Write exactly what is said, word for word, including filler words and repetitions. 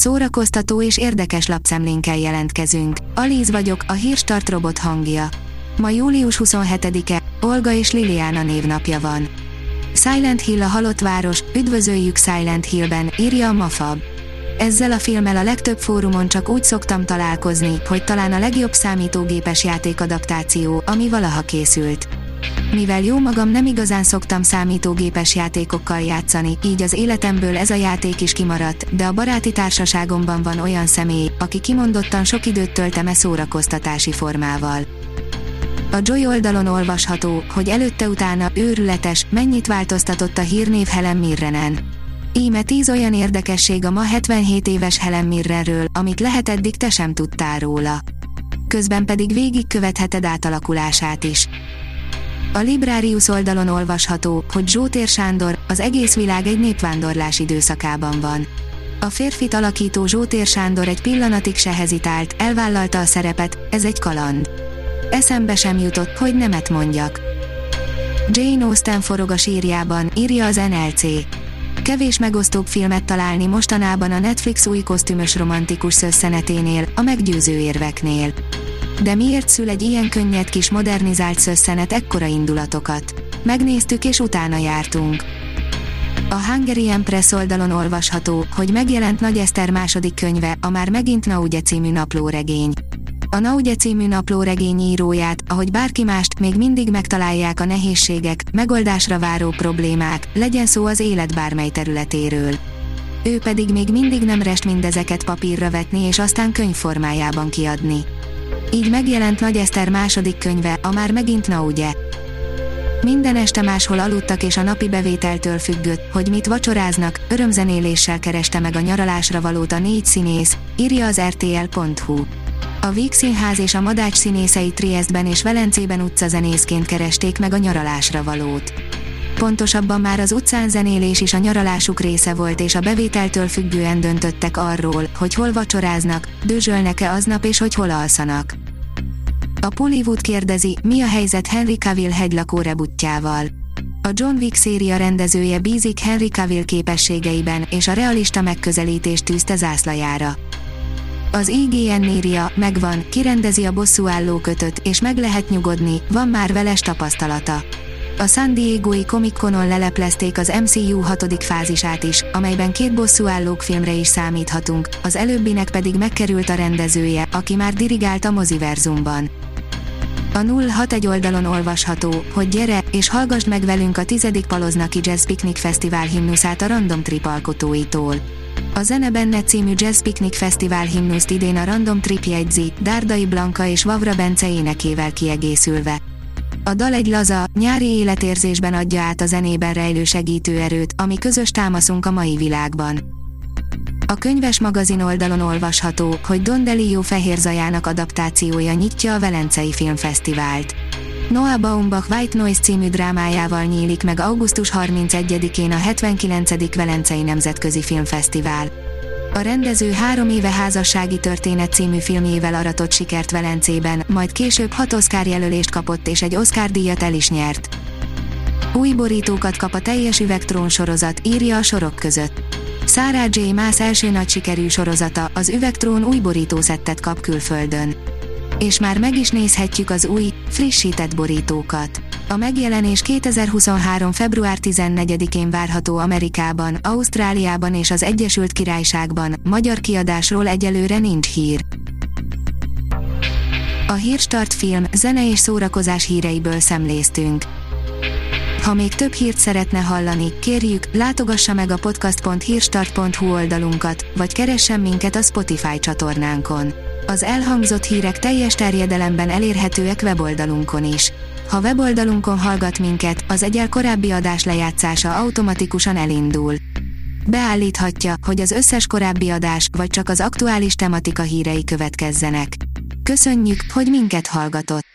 szórakoztató és érdekes lapszemlénkkel jelentkezünk. Alíz vagyok, a Hírstart robot hangja. Ma július huszonhetedike, Olga és Liliana névnapja van. Silent Hill a halott város, üdvözöljük Silent Hillben, írja a Mafab. Ezzel a filmmel a legtöbb fórumon csak úgy szoktam találkozni, hogy talán a legjobb számítógépes játékadaptáció, ami valaha készült. Mivel jó magam nem igazán szoktam számítógépes játékokkal játszani, így az életemből ez a játék is kimaradt, de a baráti társaságomban van olyan személy, aki kimondottan sok időt tölt e szórakoztatási formával. A Joy oldalon olvasható, hogy előtte-utána őrületes, mennyit változtatott a hírnév Helen Mirrenen. Íme tíz olyan érdekesség a ma hetvenhét éves Helen Mirrenről, amit lehet eddig te sem tudtál róla. Közben pedig végigkövetheted átalakulását is. A Librarius oldalon olvasható, hogy Zsótér Sándor, az egész világ egy népvándorlás időszakában van. A férfit alakító Zsótér Sándor egy pillanatig se hezitált, elvállalta a szerepet, ez egy kaland. Eszembe sem jutott, hogy nemet mondjak. Jane Austen forog a sírjában, írja az en el cé. Kevés megosztóbb filmet találni mostanában a Netflix új kosztümös romantikus szösszeneténél, a meggyőző érveknél. De miért szül egy ilyen könnyed kis modernizált szösszenet ekkora indulatokat? Megnéztük és utána jártunk. A Hungarian Press oldalon olvasható, hogy megjelent Nagy Eszter második könyve, a már megint Naugye című naplóregény. A Naugye című naplóregény íróját, ahogy bárki mást, még mindig megtalálják a nehézségek, megoldásra váró problémák, legyen szó az élet bármely területéről. Ő pedig még mindig nem rest mindezeket papírra vetni és aztán könyvformájában kiadni. Így megjelent Nagy Eszter második könyve, a már megint Naugye. Minden este máshol aludtak és a napi bevételtől függött, hogy mit vacsoráznak, örömzenéléssel kereste meg a nyaralásra valót a négy színész, írja az er té el pont hú. A Víg Színház és a Madács színészei Triesztben és Velencében utcazenészként keresték meg a nyaralásra valót. Pontosabban már az utcán zenélés is a nyaralásuk része volt és a bevételtől függően döntöttek arról, hogy hol vacsoráznak, dőzsölnek-e aznap és hogy hol alszanak. A Pollywood kérdezi, mi a helyzet Henry Cavill hegylakó rebutjával. A John Wick széria rendezője bízik Henry Cavill képességeiben és a realista megközelítést tűzte zászlajára. Az i gé en írja, megvan, kirendezi a bosszúálló kötöt, és meg lehet nyugodni, van már veles tapasztalata. A San Diegói Comic-Conon leleplezték az em cé u hatodik fázisát is, amelyben két bosszúállók filmre is számíthatunk, az előbbinek pedig megkerült a rendezője, aki már dirigált a moziverzumban. A nulla hatvanegy oldalon olvasható, hogy gyere, és hallgasd meg velünk a tizedik Paloznaki Jazz Picnic Fesztivál himnuszát a Random Trip alkotóitól. A Zene Benne című Jazz Picnic Fesztivál himnuszt idén a Random Trip jegyzi, Dárdai Blanka és Vavra Bence énekével kiegészülve. A dal egy laza, nyári életérzésben adja át a zenében rejlő segítőerőt, ami közös támaszunk a mai világban. A Könyves magazin oldalon olvasható, hogy Don DeLeo Fehér Zajának adaptációja nyitja a Velencei Filmfesztivált. Noah Baumbach White Noise című drámájával nyílik meg augusztus harmincegyedikén a hetvenkilencedik Velencei Nemzetközi Filmfesztivál. A rendező három éve Házassági Történet című filmjével aratott sikert Velencében, majd később hat Oscar jelölést kapott és egy Oscar-díjat el is nyert. Új borítókat kap a teljes üvegtrón sorozat, írja a sorok között. Sarah J. Maas első nagy sikerű sorozata, az Üvegtrón új borítószettet kap külföldön. És már meg is nézhetjük az új, frissített borítókat. A megjelenés kétezer-huszonhárom február tizennegyedikén várható Amerikában, Ausztráliában és az Egyesült Királyságban, magyar kiadásról egyelőre nincs hír. A Hírstart film, zene és szórakozás híreiből szemléztünk. Ha még több hírt szeretne hallani, kérjük, látogassa meg a podcast pont hírstart pont hu oldalunkat, vagy keressen minket a Spotify csatornánkon. Az elhangzott hírek teljes terjedelemben elérhetőek weboldalunkon is. Ha weboldalunkon hallgat minket, az egyel korábbi adás lejátszása automatikusan elindul. Beállíthatja, hogy az összes korábbi adás, vagy csak az aktuális tematika hírei következzenek. Köszönjük, hogy minket hallgatott!